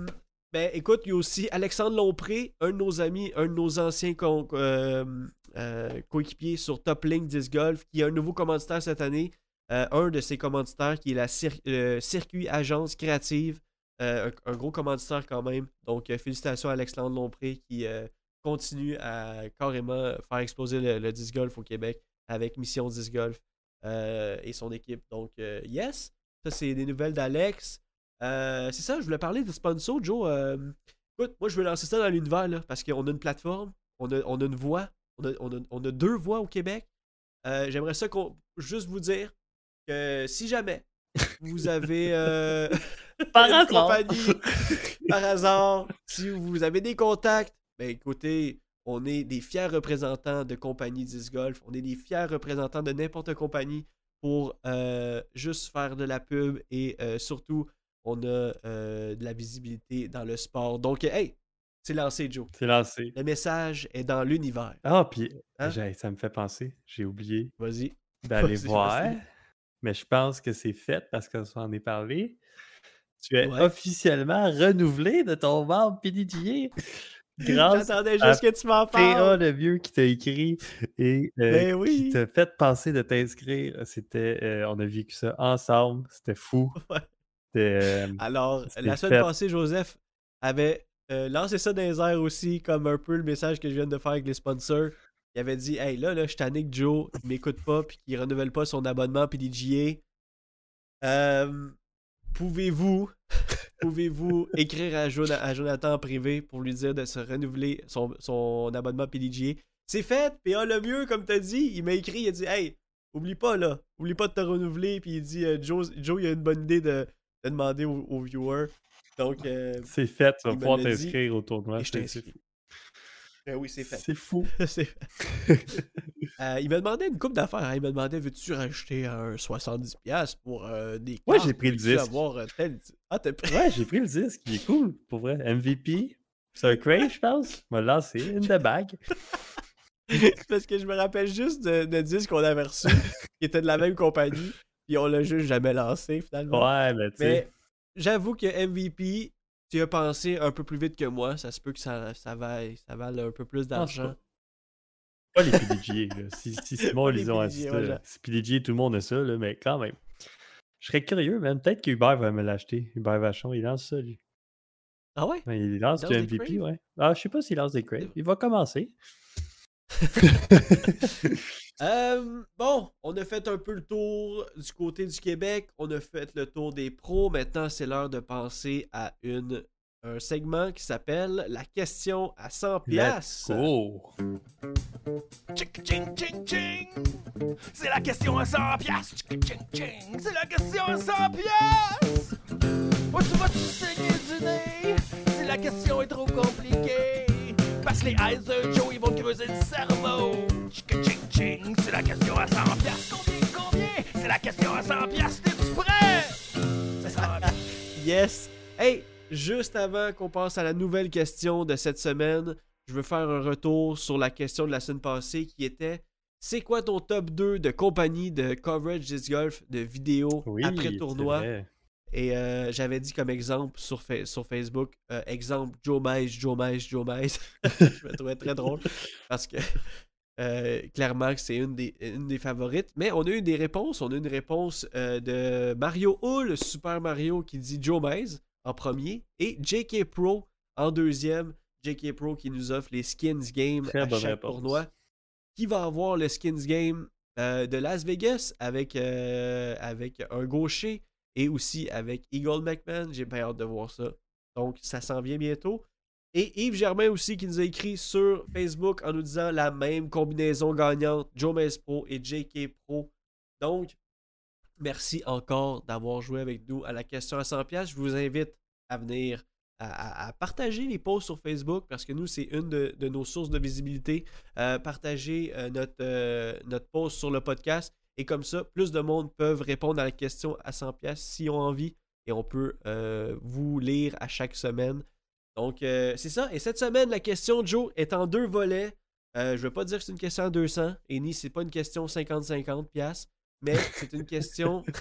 Ben, écoute, il y a aussi Alexandre Lompré, un de nos amis, un de nos anciens co- euh, euh, coéquipiers sur Top Link Disc Golf, qui a un nouveau commanditaire cette année. Euh, un de ses commanditaires qui est la Cir- euh, Circuit Agence Créative. Euh, un, un gros commanditaire quand même. Donc, euh, félicitations à Alexandre Lompré qui euh, continue à carrément faire exploser le, le disc golf au Québec avec Mission Disc Golf euh, et son équipe. Donc, euh, yes, ça c'est des nouvelles d'Alex. Euh, c'est ça, je voulais parler de sponsor, Joe. Euh, écoute, moi je veux lancer ça dans l'univers là, parce qu'on a une plateforme, on a, on a une voix, on a, on a, on a deux voix au Québec. Euh, j'aimerais ça qu'on, juste vous dire que si jamais vous avez euh, Par une hasard. compagnie, par hasard, si vous avez des contacts, ben écoutez, on est des fiers représentants de compagnie Disc Golf, on est des fiers représentants de n'importe compagnie pour euh, juste faire de la pub et euh, surtout on a euh, de la visibilité dans le sport. Donc, hey, c'est lancé, Joe. C'est lancé. Le message est dans l'univers. Ah, puis Hein? j'ai- ça me fait penser, j'ai oublié Vas-y. d'aller Vas-y, voir, vas-y. mais je pense que c'est fait parce qu'on s'en est parlé. Tu es Ouais. officiellement renouvelé de ton membre P D G A grâce J'attendais à juste que tu m'en P A parles. le vieux qui t'a écrit et euh, Ben qui oui. t'a fait penser de t'inscrire. C'était, euh, on a vécu ça ensemble, c'était fou. Ouais. C'était, euh, Alors, c'était la semaine fait. passée, Joseph avait euh, lancé ça dans les airs aussi, comme un peu le message que je viens de faire avec les sponsors. Il avait dit, hey, là, là, je tanné que Joe ne m'écoute pas puis qu'il renouvelle pas son abonnement P D G A. Euh, pouvez-vous, pouvez-vous écrire à, Jon- à Jonathan en privé pour lui dire de se renouveler son, son abonnement P D G A? C'est fait, P A le mieux, comme t'as dit. Il m'a écrit, il a dit, hey, oublie pas, là, oublie pas de te renouveler. Puis il dit, euh, Joe, Joe, il a une bonne idée de, de demander aux, aux viewers. Donc, euh, C'est fait, tu vas il me pouvoir l'a dit t'inscrire au tournoi. et je C'est t'inscris. c'est fou. Ben oui, c'est fait. C'est fou. C'est fait. Euh, il m'a demandé une coupe d'affaires. hein. Il m'a demandé, veux-tu rajouter un soixante-dix dollars pour euh, des cartes? Ouais, j'ai pris le Veux-tu disque. avoir euh, tel... Ah, t'as pris... Ouais, j'ai pris le disque, il est cool, pour vrai. M V P, c'est un crave, je pense. M'a lancé, in the bag. C'est parce que je me rappelle juste de, de disques qu'on avait reçus, qui étaient de la même compagnie, puis on l'a juste jamais lancé, finalement. Ouais, mais tu sais. Mais j'avoue que M V P, tu as pensé un peu plus vite que moi. Ça se peut que ça, ça, vaille, ça vale un peu plus d'argent. Pas les P D G A, là. Si, si Simon, Pas les ils ont P D G A, ça, ouais, là. Si P D G A, tout le monde a ça, là, mais quand même. Je serais curieux, même. Peut-être qu'Hubert va me l'acheter. Hubert Vachon, il lance ça, lui. Ah ouais? Ouais, il lance Il du lance M des V P, craves? ouais. Ah, je sais pas s'il lance des craves. Il va commencer. Euh, bon, on a fait un peu le tour du côté du Québec. On a fait le tour des pros. Maintenant, c'est l'heure de passer à une, un segment qui s'appelle la question à cent Let's piastres. go! Tching, tching, tching, tching. C'est la question à cent piastres. Tching, tching, tching. C'est la question à cent piastres. Oh, tu vas-tu saigner du nez si la question est trop compliquée? Parce que les eyes de Joe, ils vont te creuser le cerveau. Tching, tching, tching. C'est la question à cent piastres. Combien, combien? C'est la question à cent piastres. T'es-tu prêt? C'est ça. Yes! Hey, juste avant qu'on passe à la nouvelle question de cette semaine, je veux faire un retour sur la question de la semaine passée qui était c'est quoi ton top deux de compagnie de coverage disc golf de vidéos Oui, après c'est tournoi? vrai. Et euh, j'avais dit comme exemple sur, fa- sur Facebook, euh, exemple Joe Mize, Joe Mize, Joe Mize. Je me trouvais très drôle parce que euh, clairement que c'est une des, une des favorites. Mais on a eu des réponses. On a eu une réponse euh, de Mario Hull, Super Mario, qui dit Joe Mize en premier et J K Pro en deuxième. J K Pro qui nous offre les Skins Game Très à bonne chaque réponse. tournoi. Qui va avoir le Skins Game euh, de Las Vegas avec, euh, avec un gaucher et aussi avec Eagle McMahon. J'ai bien hâte de voir ça. Donc, ça s'en vient bientôt. Et Yves Germain aussi qui nous a écrit sur Facebook en nous disant la même combinaison gagnante, Joe Mize Pro et J K Pro. Donc, merci encore d'avoir joué avec nous à la question à cent piastres. Je vous invite à venir à, à- à partager les posts sur Facebook parce que nous, c'est une de, de nos sources de visibilité. Euh, partagez euh, notre, euh, notre post sur le podcast et comme ça, plus de monde peuvent répondre à la question à cent piastres s'ils ont envie et on peut euh, vous lire à chaque semaine. Donc, euh, c'est ça. Et cette semaine, la question, Joe, est en deux volets. Euh, je ne veux pas dire que c'est une question à deux cents et ni c'est pas une question cinquante cinquante piastres, mais c'est une question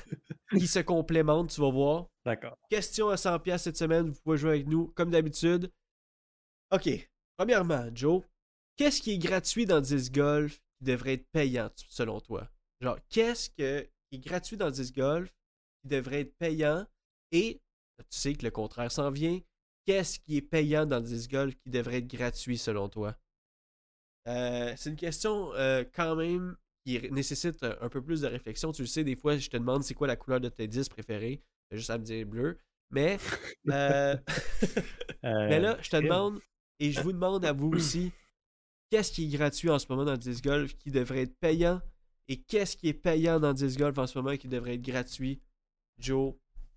qui se complémentent, tu vas voir. D'accord. Question à cent dollars cette semaine, vous pouvez jouer avec nous, comme d'habitude. OK. Premièrement, Joe, qu'est-ce qui est gratuit dans disc golf qui devrait être payant, selon toi? Genre, qu'est-ce que, qui est gratuit dans disc golf qui devrait être payant? Et, tu sais que le contraire s'en vient, qu'est-ce qui est payant dans disc golf qui devrait être gratuit, selon toi? Euh, c'est une question euh, quand même qui nécessite un peu plus de réflexion. Tu le sais, des fois, je te demande c'est quoi la couleur de tes disques préférés. T'as juste à me dire bleu. Mais, euh... mais là, je te demande, et je vous demande à vous aussi, qu'est-ce qui est gratuit en ce moment dans disc golf qui devrait être payant et qu'est-ce qui est payant dans disc golf en ce moment qui devrait être gratuit? Joe,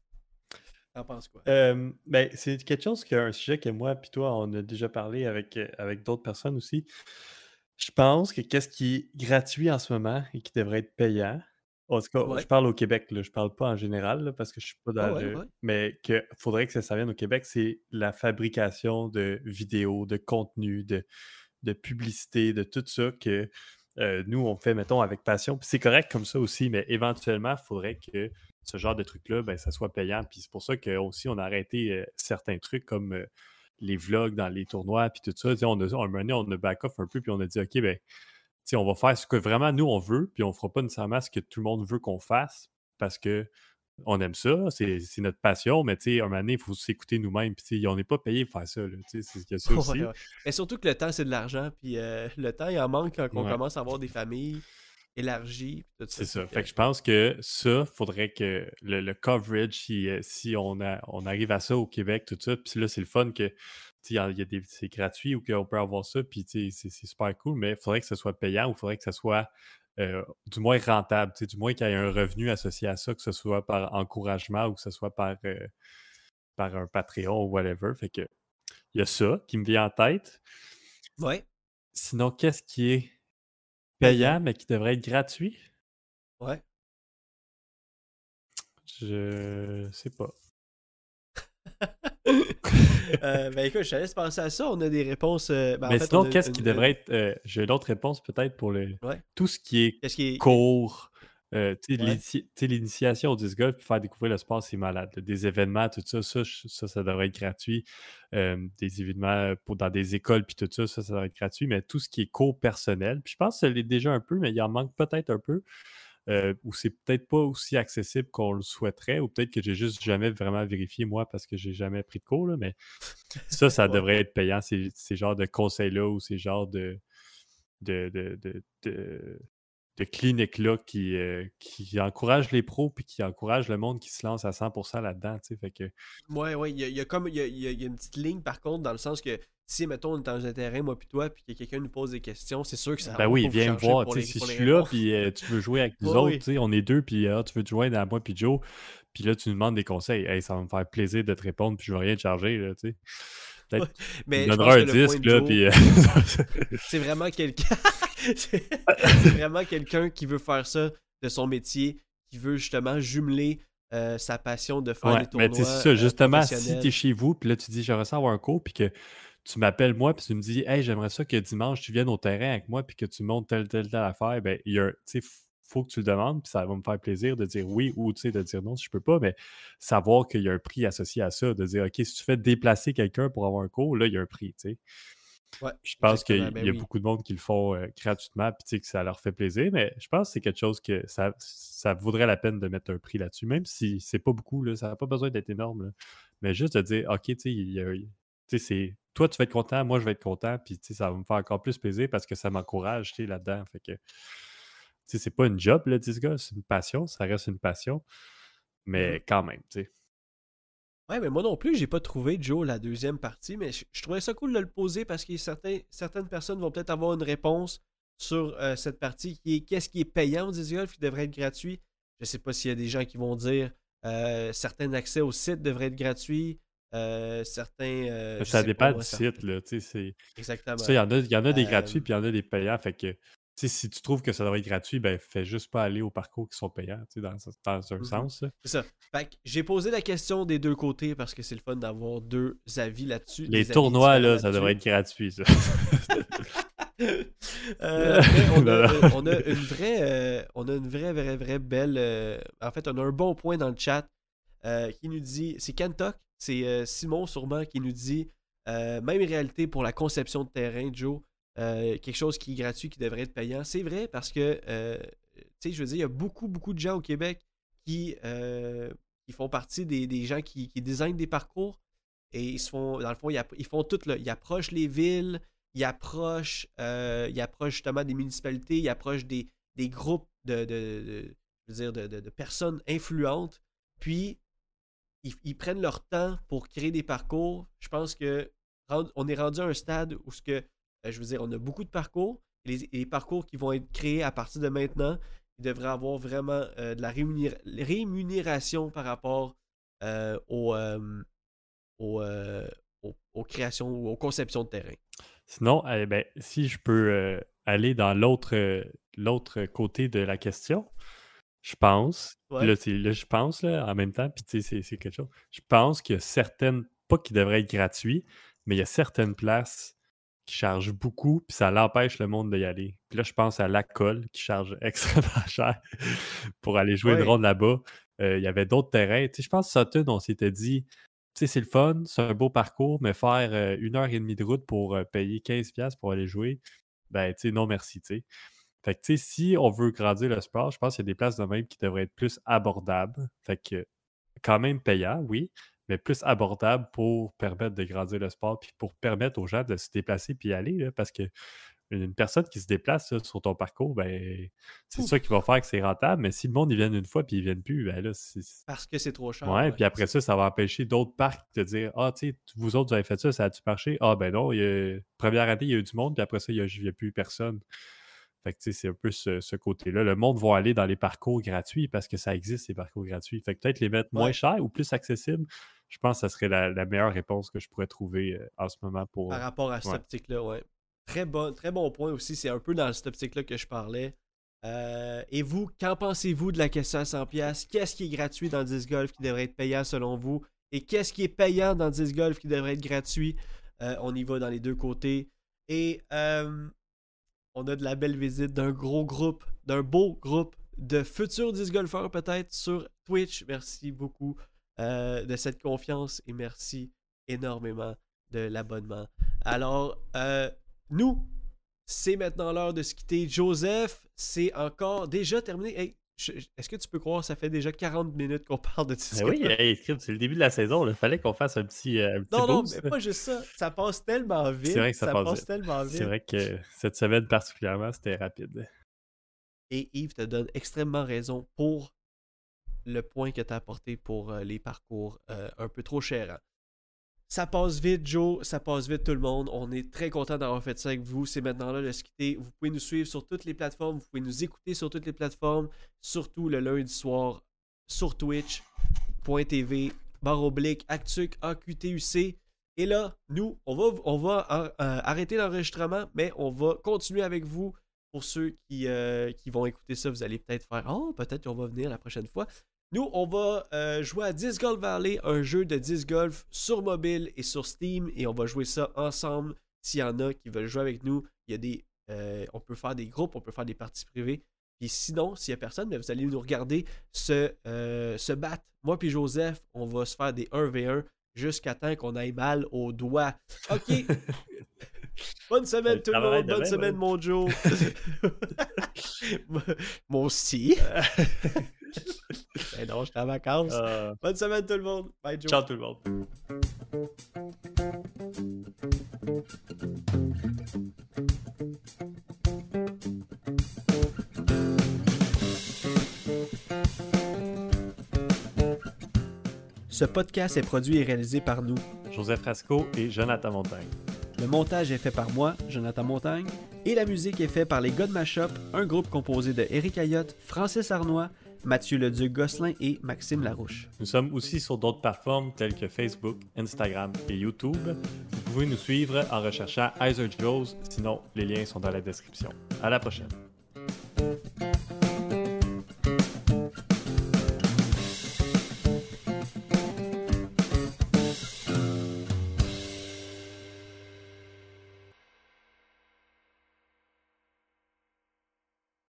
t'en penses quoi? Euh, ben, c'est quelque chose que un sujet que moi et toi, on a déjà parlé avec, avec d'autres personnes aussi. Je pense que qu'est-ce qui est gratuit en ce moment et qui devrait être payant, en tout cas, Ouais. je parle au Québec, là, je parle pas en général là, parce que je suis pas dans Ah ouais, le. ouais. Mais qu'il faudrait que ça, ça vienne au Québec, c'est la fabrication de vidéos, de contenu, de, de publicité, de tout ça que euh, nous, on fait, mettons, avec passion. Puis c'est correct comme ça aussi, mais éventuellement, il faudrait que ce genre de truc-là, ben, ça soit payant. Puis c'est pour ça qu'aussi, on a arrêté euh, certains trucs comme euh, les vlogs dans les tournois, puis tout ça. T'sais, on a, on, a, on a back-off un peu, puis on a dit, OK, ben, t'sais, on va faire ce que vraiment nous, on veut, puis on ne fera pas nécessairement ce que tout le monde veut qu'on fasse, parce que on aime ça, c'est, c'est notre passion, mais tu sais, un moment donné, il faut s'écouter nous-mêmes, puis on n'est pas payé pour faire ça, là, c'est qu'il y a ça aussi. Ouais, ouais. Mais surtout que le temps, c'est de l'argent, puis euh, le temps, il en manque quand on Ouais. commence à avoir des familles élargies. Tout ça, c'est ça. que... Fait que je pense que ça, faudrait que le, le coverage, si, si on, a, on arrive à ça au Québec, tout ça, puis là, c'est le fun que il y a des, c'est gratuit ou qu'on peut avoir ça, puis c'est, c'est super cool, mais il faudrait que ce soit payant ou il faudrait que ce soit euh, du moins rentable, du moins qu'il y ait un revenu associé à ça, que ce soit par encouragement ou que ce soit par, euh, par un Patreon ou whatever. Fait que il y a ça qui me vient en tête. Ouais. Sinon, qu'est-ce qui est payant, payant. mais qui devrait être gratuit? Ouais. Je sais pas. euh, ben écoute, je te laisse penser à ça. On a des réponses. Euh, ben, mais en fait, sinon, on a qu'est-ce une, qui une... devrait être. Euh, j'ai une autre réponse peut-être pour le. Ouais. Tout ce qui est, Qu'est-ce qui est... cours. Euh, tu sais, Ouais. l'initia- tu sais, l'initiation au disc golf, puis faire découvrir le sport, c'est malade. là. Des événements, tout ça, ça, je- ça, ça devrait être gratuit. Euh, des événements pour, dans des écoles, puis tout ça, ça, ça devrait être gratuit. Mais tout ce qui est cours personnel, puis je pense que ça l'est déjà un peu, mais il en manque peut-être un peu. Euh, ou c'est peut-être pas aussi accessible qu'on le souhaiterait, ou peut-être que j'ai juste jamais vraiment vérifié, moi, parce que j'ai jamais pris de cours, là, mais ça, ça Ouais. devrait être payant, ces, ces genres de conseils-là, ou ces genres de, de, de, de, de, de cliniques-là qui, euh, qui encouragent les pros, puis qui encouragent le monde qui se lance à cent pour cent là-dedans, tu sais, fait que... Ouais, ouais, il y a, il y a comme il y a, il y a- il y a une petite ligne par contre, dans le sens que si, mettons, on est dans un terrain, moi puis toi, puis que quelqu'un nous pose des questions, c'est sûr que ça Ben va oui, pas vous viens me changer voir, pour tu sais, les, si pour je les suis là, réponses. puis euh, tu veux jouer avec nous Ouais, autres, oui. tu sais, on est deux, puis euh, tu veux te joindre à moi puis Joe, puis là, tu nous demandes des conseils. Hey, ça va me faire plaisir de te répondre, puis je vais rien te charger, là, tu sais. Peut-être tu me Mais je donneras pense un que le point disque, de là, Joe, puis... euh, c'est vraiment quelqu'un c'est c'est vraiment quelqu'un qui veut faire ça de son métier, qui veut justement jumeler euh, sa passion de faire Ouais, des mais tu sais, tournois c'est ça, euh, justement, si professionnels. tu es chez vous, puis là, tu dis, j'aimerais ça avoir un cours, puis que tu m'appelles moi, puis tu me dis, hey, j'aimerais ça que dimanche, tu viennes au terrain avec moi, puis que tu montes telle, telle, telle affaire, ben, il y a, un- tu sais, f- faut que tu le demandes, puis ça va me faire plaisir de dire oui ou, tu sais, de dire non si je peux pas, mais savoir qu'il y a un prix associé à ça, de dire, OK, si tu fais déplacer quelqu'un pour avoir un cours, là, il y a un prix, tu sais. Ouais, Je pense exactement, qu'il ben y a oui. beaucoup de monde qui le font euh, gratuitement, puis tu sais, que ça leur fait plaisir, mais je pense que c'est quelque chose que ça, ça vaudrait la peine de mettre un prix là-dessus, même si c'est pas beaucoup, là, ça n'a pas besoin d'être énorme, là. Mais juste de dire, OK, tu sais, il y a- tu sais, c'est toi, tu vas être content, moi, je vais être content, puis tu sais, ça va me faire encore plus plaisir parce que ça m'encourage, tu sais, là-dedans. Fait que, tu sais, c'est pas une job, le disc golf, c'est une passion, ça reste une passion, mais Mhm. quand même, tu sais. Ouais, mais moi non plus, j'ai pas trouvé, Joe, la deuxième partie, mais je, je trouvais ça cool de le poser parce que certains, certaines personnes vont peut-être avoir une réponse sur euh, cette partie qui est qu'est-ce qui est payant au disc golf qui devrait être gratuit. Je sais pas s'il y a des gens qui vont dire euh, certains accès au site devraient être gratuits, euh, certains. euh, Mais je ça sais pas dépend moi, du certains. site, là, tu sais, c'est... Exactement. Ça, il y en a, il y en a des gratuits, Euh, puis il y en a des payants. Fait que, tu sais, si tu trouves que ça devrait être gratuit, ben, fais juste pas aller aux parcours qui sont payants, tu sais, dans, dans un mhm. sens. Là. C'est ça. Fait que j'ai posé la question des deux côtés parce que c'est le fun d'avoir deux avis là-dessus. Les des avis tournois, différents là, ça devrait là-dessus. être gratuit, ça. Euh, mais on, a, on a une vraie, euh, on a une vraie, vraie, vraie belle. euh, en fait, on a un bon point dans le chat euh, qui nous dit, c'est Kentok, c'est euh, Simon sûrement qui nous dit euh, même réalité pour la conception de terrain, Joe. Euh, quelque chose qui est gratuit, qui devrait être payant. C'est vrai parce que, euh, tu sais, je veux dire, il y a beaucoup, beaucoup de gens au Québec qui, euh, qui font partie des, des gens qui, qui designent des parcours et ils se font, dans le fond, ils, app- ils font tout, là, ils approchent les villes, ils approchent, euh, ils approchent justement des municipalités, ils approchent des, des groupes de, de, de- je veux dire, de, de- de personnes influentes, puis ils, ils prennent leur temps pour créer des parcours. Je pense que rend- on est rendu à un stade où ce que euh, je veux dire, on a beaucoup de parcours. Et les, les parcours qui vont être créés à partir de maintenant, ils devraient avoir vraiment euh, de la rémunéra- rémunération par rapport euh, aux, euh, aux, euh, aux- aux créations ou aux conceptions de terrain. Sinon, eh ben, si je peux euh, aller dans l'autre euh, l'autre côté de la question, je pense, puis Ouais. là, c'est- là, je pense là, en même temps, puis tu sais, c'est c'est quelque chose. Je pense qu'il y a certaines, pas qui devraient être gratuits, mais il y a certaines places qui chargent beaucoup, puis ça l'empêche le monde d'y aller. Puis là, je pense à la colle qui charge extrêmement cher pour aller jouer une Ouais. ronde là-bas. Euh, Il y avait d'autres terrains. Tu sais, je pense que Sutton, on s'était dit, tu sais, c'est le fun, c'est un beau parcours, mais faire euh, une heure et demie de route pour euh, payer quinze dollars pour aller jouer, ben, tu sais, non merci, tu sais. Fait que, tu sais, si on veut grandir le sport, je pense qu'il y a des places de même qui devraient être plus abordables. Fait que, quand même payant, oui, mais plus abordable pour permettre de grandir le sport puis pour permettre aux gens de se déplacer puis y aller, là, parce que une personne qui se déplace là, sur ton parcours, ben, c'est ça qui va faire que c'est rentable, mais si le monde, ils viennent une fois puis ils viennent plus, ben là, c'est... c'est- Parce que c'est trop cher. Ouais, Ouais. puis après ça, ça va empêcher d'autres parcs de dire Ah, tu sais, vous autres, vous avez fait ça, ça a-tu marché? Ah, ben non, il y a... première année, il y a eu du monde, puis après ça, il n'y a, il y a plus personne. Fait que, tu sais, c'est un peu ce, ce côté-là. Le monde va aller dans les parcours gratuits parce que ça existe, ces parcours gratuits. Fait que peut-être les mettre moins Ouais. chers ou plus accessibles, je pense que ça serait la, la meilleure réponse que je pourrais trouver euh, en ce moment pour. Par rapport à cette Ouais. optique-là, ouais. Très bon, très bon point aussi. C'est un peu dans cette optique-là que je parlais. Euh, et vous, qu'en pensez-vous de la question à cent dollars? Qu'est-ce qui est gratuit dans disc golf qui devrait être payant selon vous? Et qu'est-ce qui est payant dans disc golf qui devrait être gratuit? Euh, on y va dans les deux côtés. Et euh, on a de la belle visite d'un gros groupe, d'un beau groupe de futurs disc golfeurs peut-être sur Twitch. Merci beaucoup euh, de cette confiance et merci énormément de l'abonnement. Alors, euh, nous, c'est maintenant l'heure de se quitter. Joseph, c'est encore déjà terminé. Hey, je- est-ce que tu peux croire que ça fait déjà quarante minutes qu'on parle de disc Ben oui, golf? hey, Script, c'est le début de la saison. Il fallait qu'on fasse un petit, euh, un petit Non, non, boost. mais pas juste ça. Ça passe tellement vite. C'est vrai que ça, passe vite. tellement vite. C'est vrai que cette semaine particulièrement, c'était rapide. Et Yves te donne extrêmement raison pour le point que tu as apporté pour euh, les parcours euh, un peu trop chers. Ça passe vite, Joe. Ça passe vite, tout le monde. On est très content d'avoir fait ça avec vous. C'est maintenant là de se quitter. Vous pouvez nous suivre sur toutes les plateformes. Vous pouvez nous écouter sur toutes les plateformes. Surtout le lundi soir sur twitch point t v barre oblique Actuc A Q T U C. Et là, nous, on va, on va euh, arrêter l'enregistrement, mais on va continuer avec vous. Pour ceux qui, euh, qui vont écouter ça, vous allez peut-être faire « Oh, peut-être qu'on va venir la prochaine fois ». Nous, on va euh, jouer à Disc Golf Valley, un jeu de disc golf sur mobile et sur Steam, et on va jouer ça ensemble. S'il y en a qui veulent jouer avec nous, il y a des, euh, on peut faire des groupes, on peut faire des parties privées. Puis sinon, s'il n'y a personne, mais vous allez nous regarder se, euh, se battre. Moi puis Joseph, on va se faire des un v un jusqu'à temps qu'on aille mal aux doigts. OK. Bonne semaine Je tout le travaille monde, bonne demain, semaine ouais. mon Joe. Moi aussi. Ben non, j'étais en vacances. Euh, Bonne semaine tout le monde. Bye Joe. ciao tout le monde. Ce podcast est produit et réalisé par nous. Joseph Rasco et Jonathan Montagne. Le montage est fait par moi, Jonathan Montagne, et la musique est faite par les gars de Mashup, un groupe composé de Éric Ayotte, Francis Arnois, Mathieu Leduc-Gosselin et Maxime Larouche. Nous sommes aussi sur d'autres plateformes telles que Facebook, Instagram et YouTube. Vous pouvez nous suivre en recherchant Heiser Joes, sinon les liens sont dans la description. À la prochaine.